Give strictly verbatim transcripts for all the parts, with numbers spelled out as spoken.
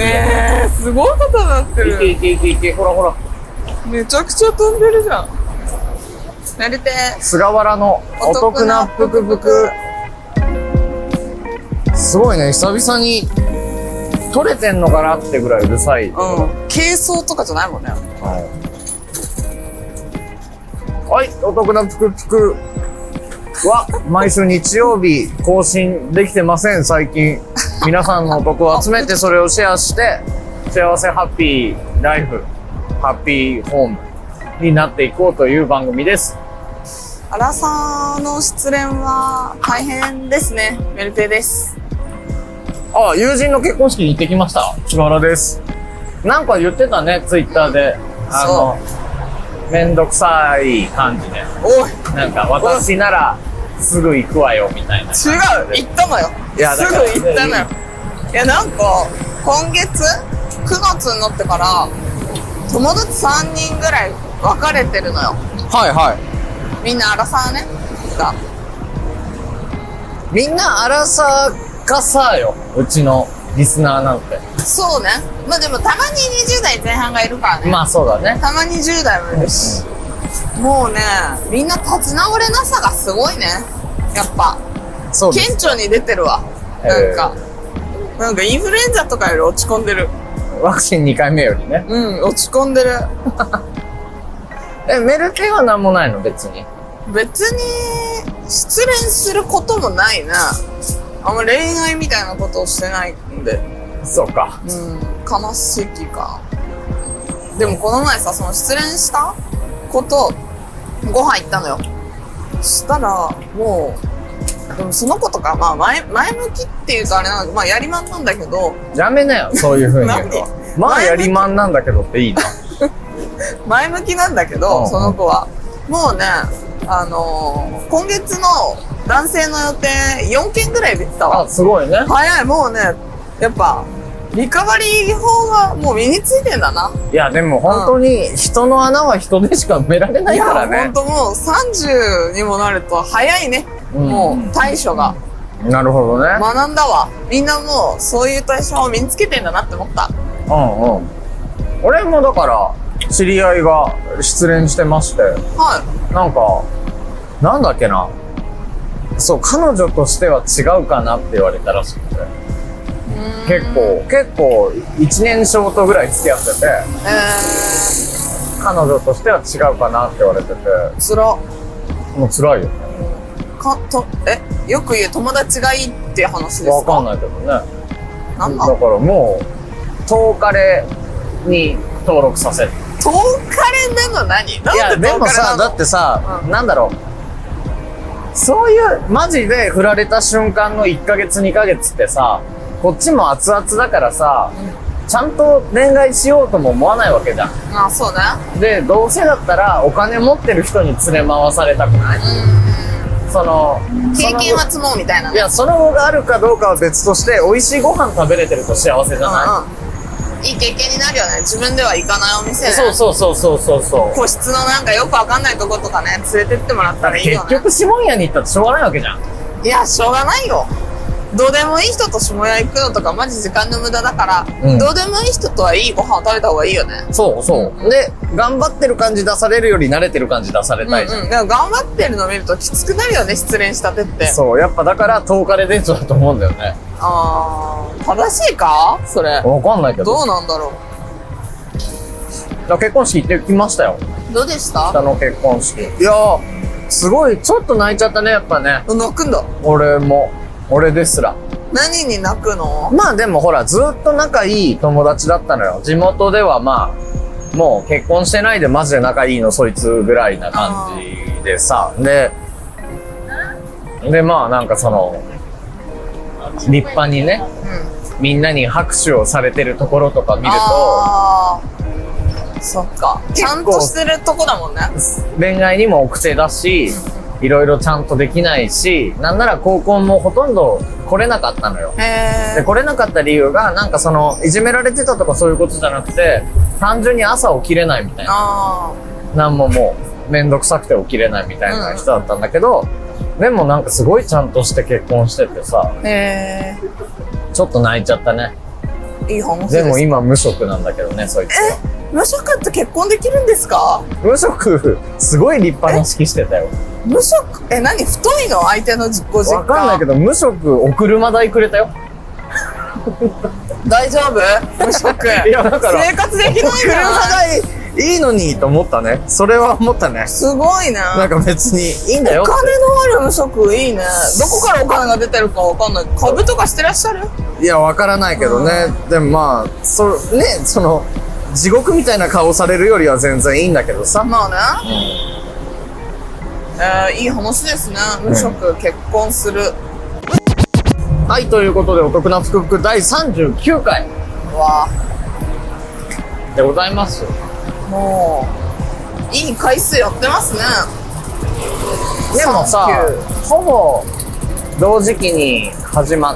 ねえ、すごいことになってる。 いけいけいけいけ、ほらほら。 めちゃくちゃ飛んでるじゃん。なりて菅原のお得なぷくぷく。すごいね、久々に撮れてんのかなってぐらいうるさい。 うん。軽装とかじゃないもんね。 はい、お得なぷくぷくは毎週日曜日更新できてません、最近。皆さんのお得を集めてそれをシェアして、幸せハッピーライフ、ハッピーホームになっていこうという番組です。 アラサーの失恋は大変ですね。メルテです。 あ、友人の結婚式に行ってきました。菅原です。なんか言ってたね、ツイッターで。あの、めんどくさい感じで。 おい。 なんか私ならすぐ行くわよみたいな。 違う、行ったのよ。 いや、 すぐ行ったのよ。いや、なんか、今月くがつになってから、友達さんにんぐらい別れてるのよ。 はいはい。 みんなアラサーね。が。 みんなアラサーかさよ。うちのリスナーなんて。 そうね。まあでもたまににじゅう代前半がいるからね。 まあそうだね。 たまにじゅう代もいるし。もうね、みんな立ち直れなさがすごいね。やっぱ。 そうです。 顕著に出てるわ。なんか。なんかインフルエンザとかより落ち込んでる。 ワクチンにかいめよりね。 うん、落ち込んでる。 え、メルテはなんもないの別に。 別に、失恋することもないな。あんま恋愛みたいなことをしてないんで。 そうか。 うん、悲しきか。でもこの前さ、その失恋したこと、ご飯行ったのよ。そしたら、もう、でもその子とか、まあ前、前向きっていうかあれなんだけど、まあやりまんなんだけど。 やめなよ、そういう風に言うの。まあやりまんなんだけどっていいな。 前向きなんだけど、その子は。もうね、あのー、今月の男性の予定よんけんぐらい出てたわ。 あ、すごいね。 早い、もうね、やっぱ、リカバリー法がもう身についてんだな。 いや、でも本当に人の穴は人でしか埋められないからね。 いや、本当もうさんじゅうにもなると早いね。うん、もう対処が。 なるほどね。 学んだわ。みんなもうそういう対処を身につけてんだなって思った。 うんうん。俺もだから、知り合いが失恋してまして。はい。なんか、なんだっけな。そう、彼女としては違うかなって言われたらしくて。結構、結構、いちねんショートぐらい付き合ってて。えー。彼女としては違うかなって言われてて。 つら。 もう辛いよね。 か、と、え、よく言う友達がいいっていう話ですか？ わかんないけどね。 なんだ？ だからもう、トーカレに登録させる。 トーカレなの何？ いや、でもさ、だってさ、うん、なんだろう。そういう、マジで振られた瞬間のいっかげつにかげつってさ、こっちも熱々だからさ、うん、ちゃんと恋愛しようとも思わないわけじゃん。 ああ、そうね。 で、どうせだったらお金持ってる人に連れ回されたくない？うん、その、 経験は積もうみたいな、ね。 いや、その後があるかどうかは別として、美味しいご飯食べれてると幸せじゃない？うんうん、 いい経験になるよね。自分では行かないお店ね。 そうそうそうそうそうそう。 個室のなんかよくわかんないとことかね、連れてってもらったらいいよね。 結局、下屋に行ったってしょうがないわけじゃん。 いや、しょうがないよ。どうでもいい人と下屋行くのとかマジ時間の無駄だから、うん、どうでもいい人とはいいご飯を食べた方がいいよね。 そうそう。うん、で、頑張ってる感じ出されるより慣れてる感じ出されたいじゃん。うんうん、 でも頑張ってるの見るときつくなるよね、失恋したてって。 そう、やっぱだからトーカレデートだと思うんだよね。 あー、正しいかそれ。 わかんないけど。 どうなんだろう。だ結婚式行ってきましたよ。 どうでした？ 下の結婚式。いやー、すごい、ちょっと泣いちゃったね、やっぱね。 泣くんだ。 俺も。俺ですら。 何に泣くの？ まあでもほら、ずっと仲いい友達だったのよ。地元ではまあ、もう結婚してないでマジで仲いいのそいつぐらいな感じでさ。で、でまあなんかその、立派にね、うん、みんなに拍手をされてるところとか見ると、あそっか。ちゃんとしてるとこだもんね。 恋愛にも奥手だし、いろいろちゃんとできないし、なんなら高校もほとんど来れなかったのよ。へー。で、来れなかった理由が、なんかその、いじめられてたとかそういうことじゃなくて、単純に朝起きれないみたいな。あー。なんももう、めんどくさくて起きれないみたいな人だったんだけど、うん、でもなんかすごいちゃんとして結婚しててさ、へー。ちょっと泣いちゃったね。 いい話です。 でも今無職なんだけどね、そいつは。 え、無職って結婚できるんですか？ 無職、すごい立派な式してたよ。 無職、え、何太いの相手のご実家。 わかんないけど、無職、お車代くれたよ。 大丈夫？無職。 いや、だから。 生活できないな。 車代いいのにと思ったね。それは思ったね。 すごいね。 なんか別にいいんだよ。 お金のある無職いいね。どこからお金が出てるかわかんない。株とかしてらっしゃる？いや、わからないけどね。でもまあ、そ、ね、その、地獄みたいな顔されるよりは全然いいんだけどさ。 まあね。うん、えー、いい話ですね。無職、うん、結婚する。 はい、ということで、お得なふくふくだいさんじゅうきゅうかい。 わー。でございます。 もう、いい回数やってますね。 でもさ、ほぼ同時期に始まった、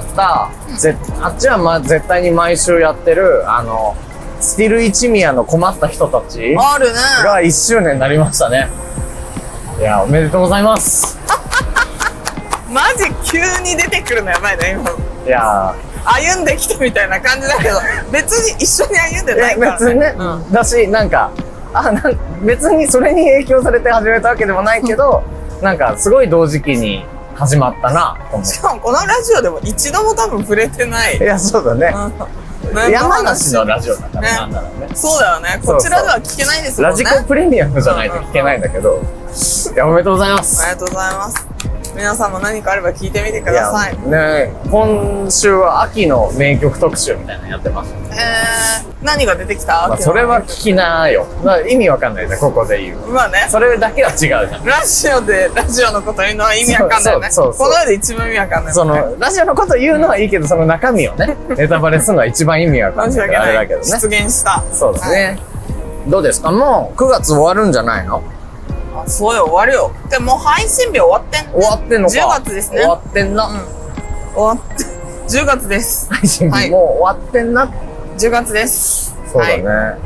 うん、ぜあっちは、ま、絶対に毎週やってる、あの、スティル一宮の困った人たちあるねがいっしゅうねんになりましたね。いや、おめでとうございます。 マジ急に出てくるのやばいね、今。 いや歩んできたみたいな感じだけど、別に一緒に歩んでないから、ね。 別にね、うん、だし、なんか、あなん別にそれに影響されて始めたわけでもないけど、なんかすごい同時期に始まったなと思って。 しかもこのラジオでも一度も多分触れてない。 いや、そうだね。山梨のラジオだから、 ね、 なんだろうね。 そうだよね。こちらでは聞けないですもんね。 ラジコプレミアムじゃないと聞けないんだけど。いや、おめでとうございます。 ありがとうございます。皆さんも何かあれば聞いてみてください。 いね、今週は秋の名曲特集みたいなのやってます。 えー、何が出てきた？ まあ、それは聞きなよ。まあ、意味わかんないじゃん、ここで言う。 まあね。 それだけは違うじゃん。 ラジオで、ラジオのこと言うのは意味わかんないよね。そうそうそう。この世で一番意味わかんない、ね。 その、ラジオのこと言うのはいいけど、その中身をね、ネタバレするのは一番意味わかんないから。あれだけどね。 出現した。 そうですね。はい、どうですか？もうくがつ終わるんじゃないの？ あ、そうよ、終わるよ。でももう配信日終わってんね。 終わってんのか。 じゅうがつですね。 終わってんな。うん。 終わって、じゅうがつです。 配信日もう終わってんな。 じゅうがつです。 そうだね。はい、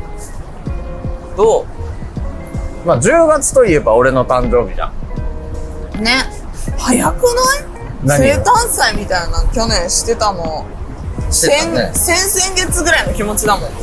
どう？ まあじゅうがつといえば俺の誕生日じゃん。 ね。早くない？生誕祭みたいな去年してたの。 してたね。 先、先々月ぐらいの気持ちだもん。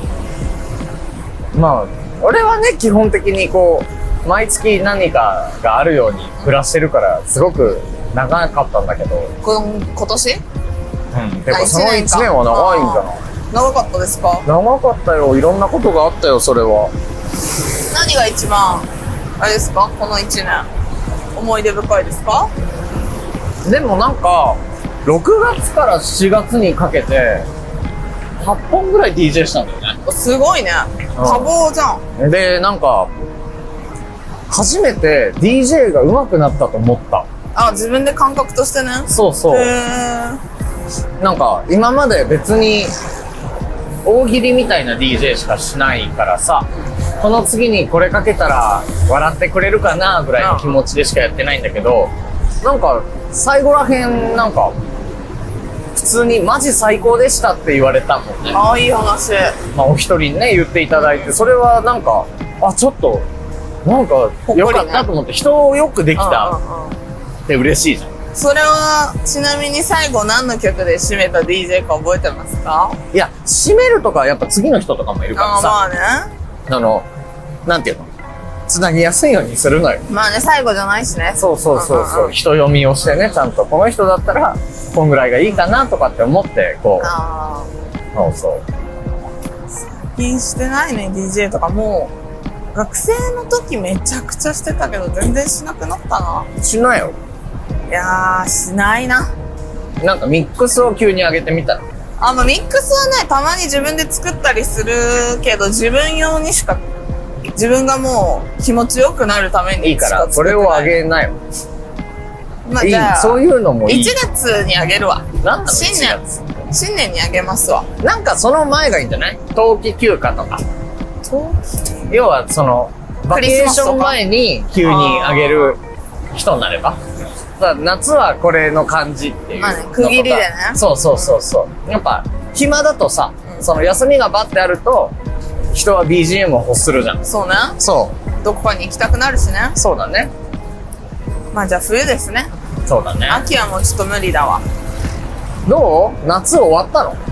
まあ、俺はね、基本的にこう、毎月何かがあるように暮らしてるから、すごく長かったんだけど。 この、今年？ うん。でもそのいちねんは長いんじゃない？ 長かったですか？ 長かったよ。いろんなことがあったよ、それは。 何が一番、あれですか？このいちねん。思い出深いですか？ でもなんか、ろくがつからしちがつにかけて、はっぽんぐらい ディージェー したんだよね。 すごいね。多忙じゃん。 で、なんか、初めて ディージェー が上手くなったと思った。 あ、自分で感覚としてね。 そうそう。 へー。 なんか、今まで別に、大喜利みたいな ディージェー しかしないからさ、この次にこれかけたら笑ってくれるかなぐらいの気持ちでしかやってないんだけど、なんか、最後らへん、なんか、普通にマジ最高でしたって言われたもんね。 ああ、いい話。 まあ、お一人にね、言っていただいて、それはなんか、あ、ちょっと、なんか、良かったと思って、人をよくできたって嬉しいじゃん。 それは、ちなみに最後何の曲で締めた ディージェー か覚えてますか？ いや、締めるとか、やっぱ次の人とかもいるからさ。 あ、まあね。 あの、なんていうの？つなぎやすいようにするのよ。 まあね、最後じゃないしね。 そうそうそうそう。人読みをしてね、ちゃんと、この人だったら、こんぐらいがいいかなとかって思って、こう。 ああ。そうそう。 最近してないね、ディージェー とかもう。学生の時めちゃくちゃしてたけど、全然しなくなったな。 しないよ。 いやー、しないな。 なんかミックスを急に上げてみたら。 あ、まあ、ミックスはね、たまに自分で作ったりするけど、自分用にしか、自分がもう気持ちよくなるためにいいから、これを上げなよ。 まあ、じゃあ、 そういうのもいい。 いちがつにあげるわ。 なんだ新年、新年にあげますわ。 なんかその前がいいんじゃない？冬季休暇とか。 冬季？ 要はその、バケーション前に急にあげる人になれば。だ夏はこれの感じっていう。 まあね、区切りでね。 そうそうそうそう。やっぱ、暇だとさ、うん、その休みがバッてあると、人は ビージーエム を欲するじゃん。 そうね。 そう。 どこかに行きたくなるしね。 そうだね。 まあじゃあ冬ですね。 そうだね。 秋はもうちょっと無理だわ。 どう？夏終わったの？ 終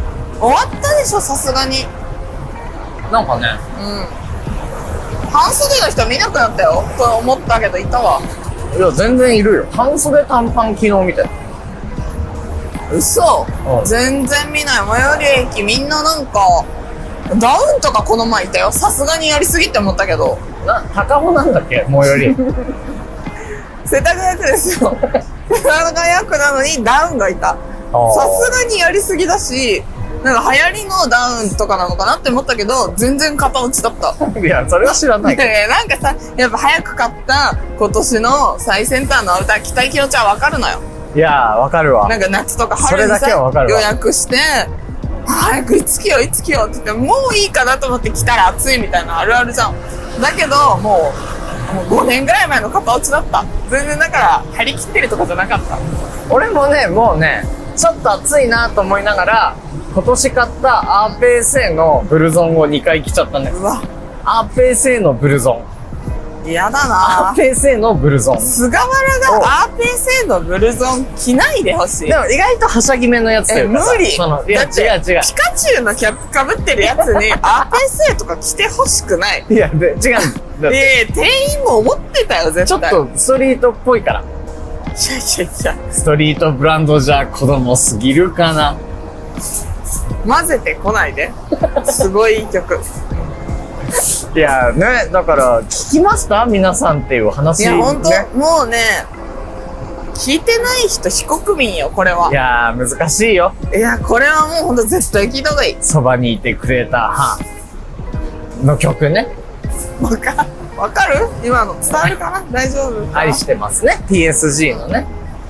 終わったでしょ、さすがに。 なんかね。 うん。半袖の人見なくなったよ、と思ったけど、いたわ。 いや、全然いるよ。半袖短パン昨日見て。 嘘、 うん、 全然見ない。最寄り駅みんななんか、ダウンとかこの前いたよ。さすがにやりすぎって思ったけど。 な、高尾なんだっけ、最寄り。 世田谷区ですよ。世田谷区なのにダウンがいた。さすがにやりすぎだし、なんか流行りのダウンとかなのかなって思ったけど、全然型落ちだった。 いや、それは知らないけど。 なんかさ、やっぱ早く買った今年の最先端のアウター着たい気持ちはわかるのよ。 いやー、わかるわ。 なんか夏とか春にさ、予約して、早くいつ着よういつ着ようって言って、もういいかなと思って着たら暑いみたいなあるあるじゃん。だけど、もう、もうごねんぐらい前の型落ちだった。全然だから、張り切ってるとかじゃなかった。 俺もね、もうね、ちょっと暑いなと思いながら、今年買ったアーペー製のブルゾンをにかい着ちゃったね。 うわ。 アーペー製のブルゾン。 嫌だなアーペー製のブルゾン。 菅原がアーペー製のブルゾン着ないでほしい。 でも意外とはしゃぎ目のやつというかさ。 無理。 その、いや、違う違う。 ピカチュウのキャップかぶってるやつにアーペー製とか着てほしくない。 いや、で、違う。 ええ、店員も思ってたよ、絶対。 ちょっとストリートっぽいから。 いやいやいや。 ストリートブランドじゃ子供すぎるかな。 混ぜてこないで。すごいいい曲。 いやね、だから聞きました皆さんっていう話、ね、 いや本当、もうね、聞いてない人非国民よこれは。 いやー難しいよ。 いやこれはもう本当絶対聞いた方がいい。 そばにいてくれたはの曲ね。 わかわかる？今の伝わるかな？大丈夫か？ 愛してますね ティーエスジー のね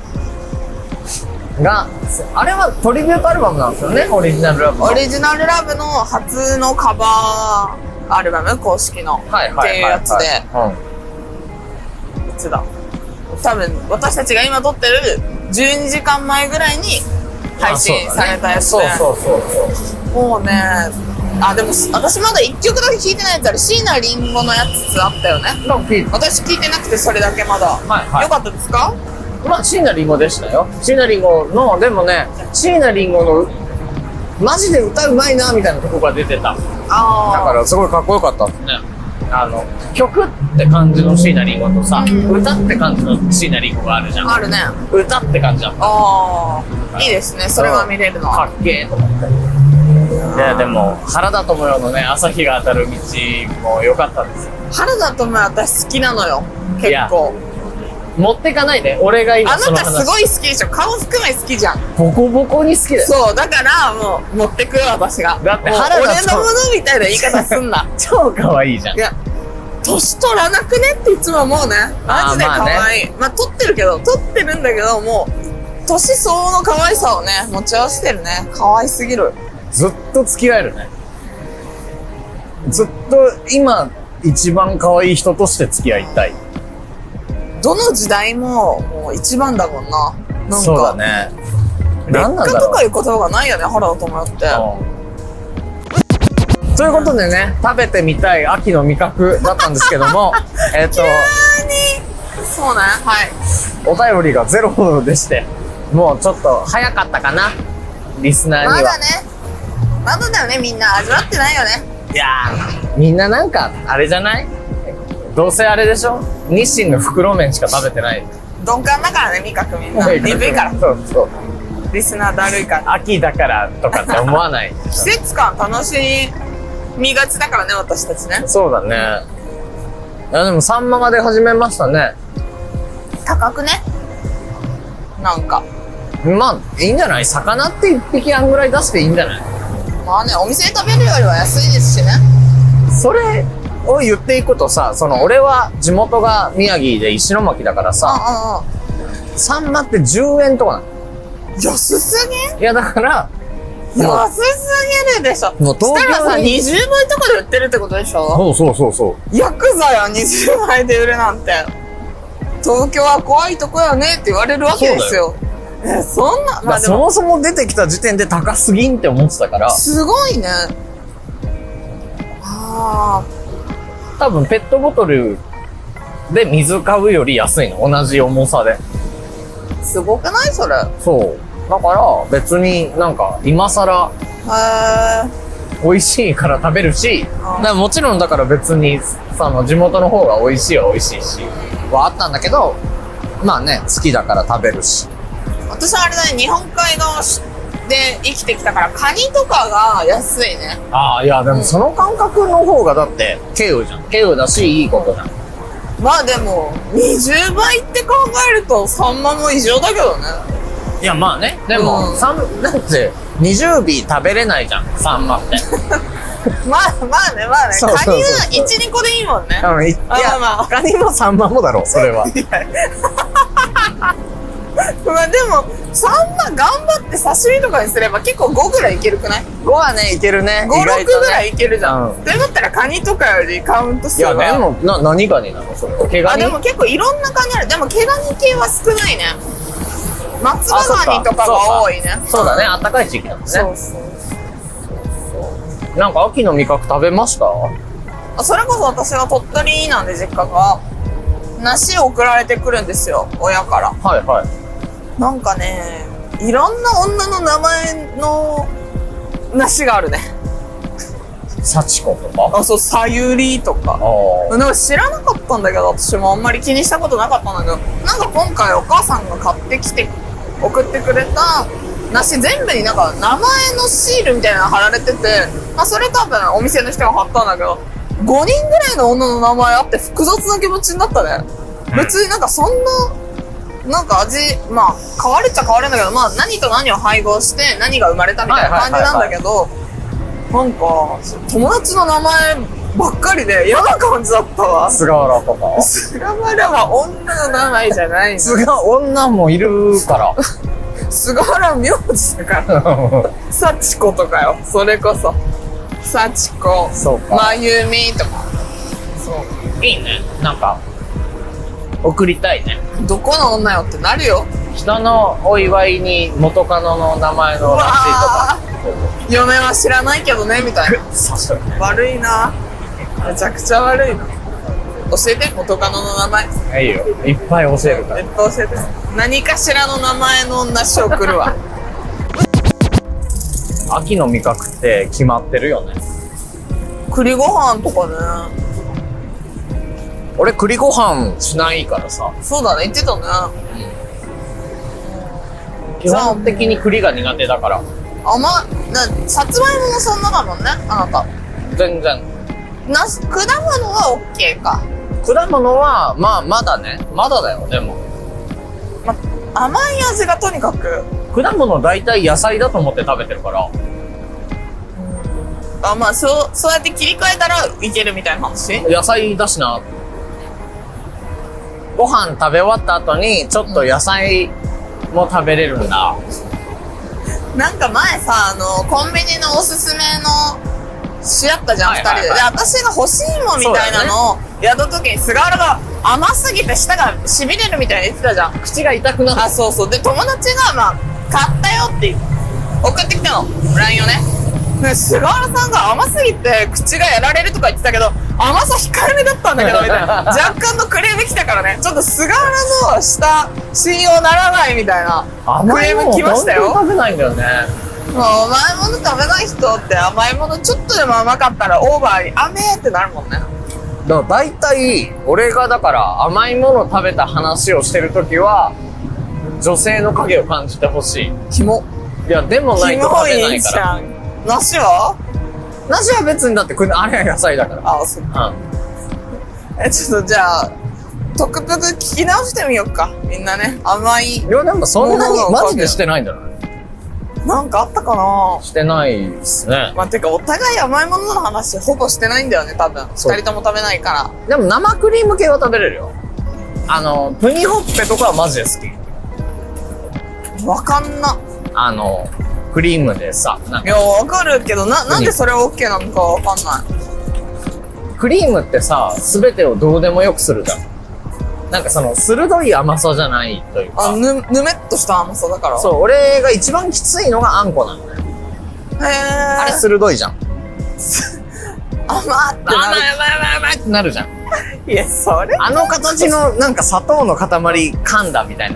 が、あれはトリビュートアルバムなんですよね。オリジナルラブのオリジナルラブの初のカバーアルバム公式のっていうやつで、いつだ多分私たちが今撮ってるじゅうにじかんまえぐらいに配信されたやつで、 そうそうそうそうもうね、あでも私まだいっきょくだけ聴いてないやつある。椎名林檎のやつあったよね。私聴いてなくてそれだけまだ、はいはい、よかったですか？ まあ椎名林檎でしたよ。椎名林檎のでもね、椎名林檎のマジで歌うまいなみたいなとこが出てた。あだからすごいかっこよかったですね。あの曲って感じの椎名林檎とさ、うん、歌って感じの椎名林檎があるじゃん。 あるね。 歌って感じだった。 ああ、いいですね。それは見れるのは。 かっけーと思って。いやでも原田知世のね朝日が当たる道も良かったですよ。 原田知世私好きなのよ。結構。 持ってかないで。俺が今その話。 あなたすごい好きでしょ。顔含め好きじゃん。 ボコボコに好きだよ。 そうだからもう持ってくよ私が。 だって原田俺のものみたいな言い方すんな。 超可愛いじゃん。 いや年取らなくねっていつも思うね。マジで可愛い。まあ、ね、まあ取ってるけど取ってるんだけどもう年相応の可愛さをね持ち合わせてるね。可愛すぎる。 ずっと付き合えるね。ずっと今一番可愛い人として付き合いたい。 どの時代ももう一番だもんな。なんかそうだね。 劣化とかいう言葉がないよね、原田知世って。 うん、ということでね、食べてみたい秋の味覚だったんですけども、えっと、 急にそうね、はい。 お便りがゼロでして、もうちょっと早かったかな、リスナーには。 まだね、まだだよね、みんな味わってないよね。 いやー、みんななんか、あれじゃない？どうせあれでしょ？日清の袋麺しか食べてない。 鈍感だからね、味覚みんな。鈍いから。 そうそう。 リスナーだるいから。 秋だからとかって思わない。 季節感楽しみがちだからね、私たちね。 そうだね。いやでもサンマが出始めましたね。 高くね。なんか。 まあ、いいんじゃない？魚って一匹あんぐらい出していいんじゃない？まあね、お店で食べるよりは安いですしね。それを言っていくとさ、その俺は地元が宮城で石巻だからさ、サンマってじゅうえんとかなの。 安すぎ？ いやだから安すぎるでしょ。もう東京したらさにじゅうばいとかで売ってるってことでしょ。 そうそうそうそう。 ヤクザやにじゅうばいで売るなんて。東京は怖いとこやねって言われるわけですよ。え、そんな、 まあでもそもそも出てきた時点で高すぎんって思ってたから。 すごいね。ああ。 多分ペットボトルで水買うより安いの。同じ重さで。 すごくないそれ。 そう。だから別になんか今更へ美味しいから食べるし、 うんだからもちろんだから別に、その地元の方が美味しいは美味しいし、はあったんだけど、まあね、好きだから食べるし。 ー。私はあれだね、日本海側で生きてきたから、カニとかが安いね。 ああ、いやでもその感覚の方がだって、稀有じゃん。稀有だし、いいことじゃん。 まあでも、にじゅうばいって考えると、サンマも異常だけどね。 いやまあね、でも、 うんサン、だってにじゅうび食べれないじゃん、サンマって。 まあまあね、まあね。 そうそうそうカニはいち、にこでいいもんね。 うん、いいあや、 まあまあカニもサンマもだろ、それは。 まあでも、サンマ頑張って刺身とかにすれば結構ごぐらいいけるくない ? ごはね、いけるね。 ご、 意外とねろくぐらいいけるじゃん。 うんってなったらカニとかよりカウントいや、 数は。 でも、な、何ガニなのそれ。毛ガあ、 ニでも結構いろんなカニある。でも毛ガニ系は少ないね。松葉ガニとかが多いね。 そうだね、あったかい地域だもんね。 そうそう。 なんか秋の味覚食べました？ あそれこそ私が鳥取なんで実家が、梨送られてくるんですよ、親から。 はいはい。 なんかね、いろんな女の名前の梨があるね。 幸子とか？ あ、そう、さゆりとか。 あなんか知らなかったんだけど、私もあんまり気にしたことなかったんだけど、なんか今回お母さんが買ってきて、送ってくれた梨全部になんか名前のシールみたいなの貼られてて、まあそれ多分お店の人が貼ったんだけど、ごにんぐらいの女の名前あって複雑な気持ちになったね。別になんかそんな、なんか味、まあ変わるっちゃ変わるんだけど、まあ何と何を配合して何が生まれたみたいな感じなんだけど、なんか友達の名前ばっかりで嫌な感じだったわ。 あ。菅原とか？ 菅原は女の名前じゃないの。 菅、女もいるから。 菅原名字だから。幸子とかよ。それこそ。幸子。 そうか。 まゆみとか。そいいね。なんか、送りたいね。 う。どこの女よってなるよ。 人のお祝いに元カノの名前のらしいとか。 嫁は知らないけどね、みたいな。 そうそう。 悪いな。めちゃくちゃ悪いな。教えて、元カノの名前。 いいよ。いっぱい教えるから。 いっぱい教えて。何かしらの名前の梨を送るわ。 秋の味覚って決まってるよね。 栗ご飯とかね。 俺栗ご飯しないからさ。 そうだね、言ってたね。 基本的に栗が苦手だから。 甘、な、さつまいももそんなだもんね、あなた。 全然。 なす、果物はオッケーか。 果物は、まあ、まだね。まだだよ、でも。 ま、甘い味がとにかく。 果物大体野菜だと思って食べてるから。 あ、まあ、そう、そうやって切り替えたらいけるみたいな話。 野菜だしな。ご飯食べ終わった後に、ちょっと野菜も食べれるんだ。 なんか前さ、あの、コンビニのおすすめの、し合ったじゃん、二、 はいはいはい人で。で、私が欲しいもんみたいなのをやった時に、菅原が甘すぎて舌が痺れるみたいに言ってたじゃん。 口が痛くなる。 あ、そうそう。で、友達が、まあ、買ったよって送ってきたの。ライン をね。で、菅原さんが甘すぎて口がやられるとか言ってたけど、甘さ控えめだったんだけど、みたいな。若干のクレーム来たからね。ちょっと菅原の舌、信用ならないみたいな。クレーム来ましたよ。 食べないんだよね。 もう甘いもの食べない人って甘いものちょっとでも甘かったらオーバーに甘えってなるもんね。 だから大体、俺がだから甘いもの食べた話をしてるときは、女性の影を感じてほしい。 キモ。 いや、でもないと食べないから。 キモいじゃん。梨は梨は別にだって、あれは野菜だから。 あ、そう。 うん。 え、ちょっとじゃあ、トクトク聞き直してみようか。みんなね。甘い。 いや、でもそんなにもののマジでしてないんだろうね。 なんかあったかな。 してないっすね。 まあ、てか、お互い甘いものの話ほぼしてないんだよね、多分。 そう二人とも食べないかでも生クリーム系は食べれるよ。あの、プニホッペとかはマジで好き。 ら。わかんな。 あの、クリームでさ、なんかいや、わかるけど、な、なんでそれは OK なのかわかんない。 クリームってさ、すべてをどうでもよくするじゃん。なんかその、鋭い甘さじゃないというか。 あ、ぬ、ぬめっとした甘さだから。 そう、俺が一番きついのがあんこなんだよ。 へー。 あれ鋭いじゃん。 甘ってなる。 甘い甘い甘い甘いってなるじゃん。 いや、それ。 あの形のなんか砂糖の塊噛んだみたいになるじゃん。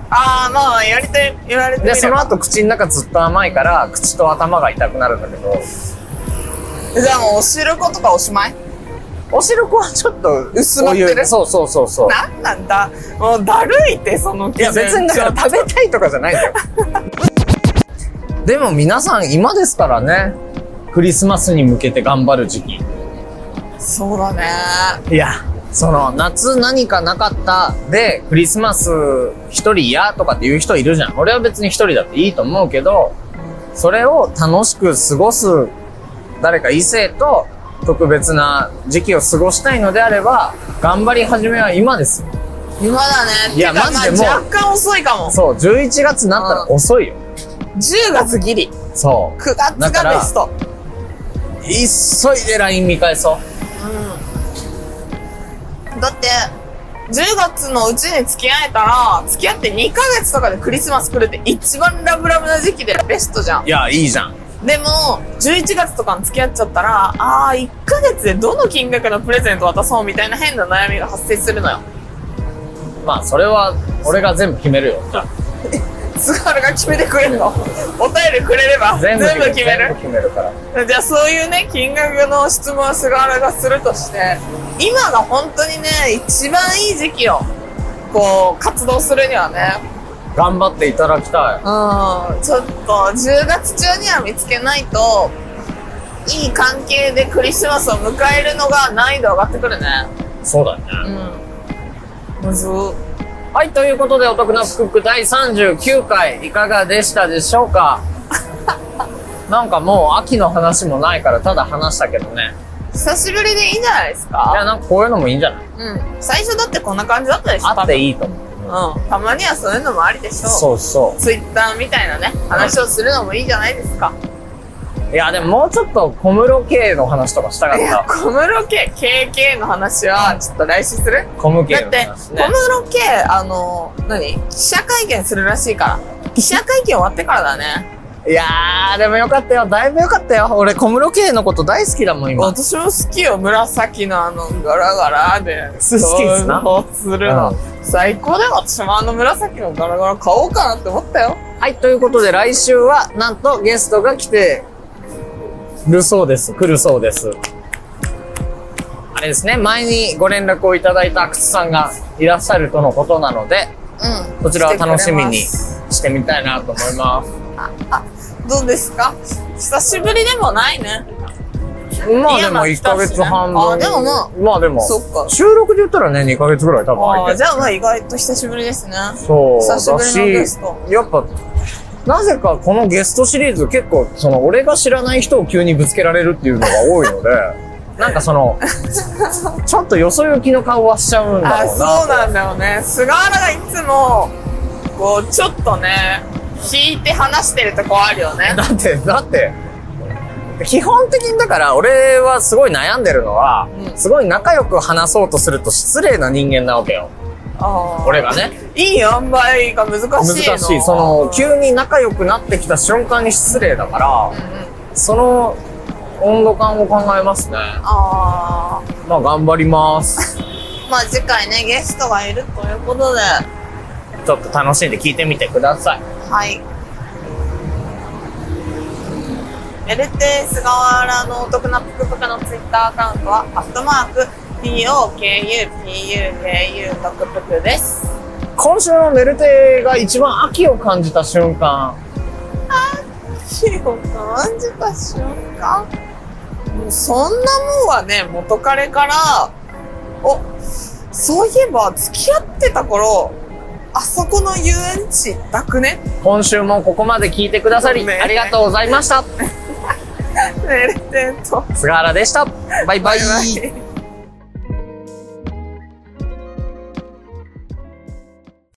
ああ、まあ、やりたい、言われてみれば。 で、その後口の中ずっと甘いから、口と頭が痛くなるんだけど。 じゃあもう、おしることかおしまい？ おしるこはちょっと薄まってる。 そうそうそうそう。 なんなんだ、もうだるいって、そのいや別にだから食べたいとかじゃないんだよ。でも皆さん今ですからね。クリスマスに向けて頑張る時期。 そうだね。 いや、その夏何かなかったでクリスマス一人嫌とかって言う人いるじゃん。俺は別に一人だっていいと思うけど、それを楽しく過ごす誰か異性と特別な時期を過ごしたいのであれば、頑張り始めは今ですよ。 今だね。 いや、マジでもう。 若干遅いかも。 そう、じゅういちがつになったら遅いよ。 じゅうがつギリ。 そう。 くがつがベスト。 急いで ライン 見返そう。 うん。だって、じゅうがつのうちに付き合えたら、付き合ってにかげつとかでクリスマス来るって一番ラブラブな時期でベストじゃん。 いや、いいじゃん。 でも、じゅういちがつとかに付き合っちゃったら、あー、いっかげつでどの金額のプレゼント渡そうみたいな変な悩みが発生するのよ。 まあ、それは、俺が全部決めるよ。じゃあ。 菅原が決めてくれるの？お便りくれれば全部決める？ 全部決めるから。 じゃあそういうね、金額の質問を菅原がするとして、今が本当にね、一番いい時期よ。こう、活動するにはね。 頑張っていただきたい。 うん、ちょっとじゅうがつ中には見つけないと、いい関係でクリスマスを迎えるのが難易度上がってくるね。 そうだね。 うん。むずー。 はい、ということで、お得なぷくぷくだいさんじゅうきゅうかいいかがでしたでしょうか？なんかもう秋の話もないからただ話したけどね。 久しぶりでいいんじゃないですか？ いや、なんかこういうのもいいんじゃない？ うん。最初だってこんな感じだったでしょ？ あっていいと思う。 うん。たまにはそういうのもありでしょう。 そうそう。 ツイッターみたいなね、話をするのもいいじゃないですか。 いや、でももうちょっと小室圭の話とかしたかっいや、 た。 小室圭、ケーケー の話はちょっと来週する？ 小室圭だっての話、ね。 小室圭、あの、何？記者会見するらしいから。記者会見終わってからだね。 いやー、でもよかったよ。だいぶよかったよ。俺、小室圭のこと大好きだもん、今。 私も好きよ。紫のあの、ガラガラで。 好きですな。 そうするの。 うん、 最高だよ。私もあの紫のガラガラ買おうかなって思ったよ。 はい、ということで来週は、なんとゲストが来てるそうです。来るそうです。あれですね、前にご連絡をいただいた阿久津さんがいらっしゃるとのことなので、 うん。 こちらは楽しみにしてみたいなと思います。 あ、あ、どうですか？久しぶりでもないね。 まあでもいっかげつはんぶん。 あ、でもまあ。 まあでも、 そっか。 収録で言ったらね、にかげつぐらい多分空いてる。 あ、じゃあまあ意外と久しぶりですね。 そう。 久しぶりのゲスト。 やっぱ、なぜかこのゲストシリーズ結構、その俺が知らない人を急にぶつけられるっていうのが多いので、なんかその、ちょっとよそ行きの顔はしちゃうんだろうな。 あ、そうなんだよね。菅原がいつも、こう、ちょっとね、引いて話してるとこあるよね。 だって、だって、基本的にだから俺はすごい悩んでるのは、うん、すごい仲良く話そうとすると失礼な人間なわけよ。 あ、 俺がね。 いい塩梅が難しいの。難しい。その、急に仲良くなってきた瞬間に失礼だから、うんうん、その温度感を考えますね。 ああ。 まあ頑張ります。 まあ次回ね、ゲストがいるということで、 ちょっと楽しんで聞いてみてください。 はい。メルテ菅原のお得なぷくぷくのツイッターアカウントは、アットマーク、ピーオーケーユーピーユーケーユー ぷくぷくです。 今週のメルテが一番秋を感じた瞬間。 秋を感じた瞬間？もうそんなもんはね、元彼から、お、そういえば付き合ってた頃、あそこの遊園地行ったくね？ 今週もここまで聞いてくださり、ね、ありがとうございました。 メルテンと菅原でした。バイバイ。バイバイ。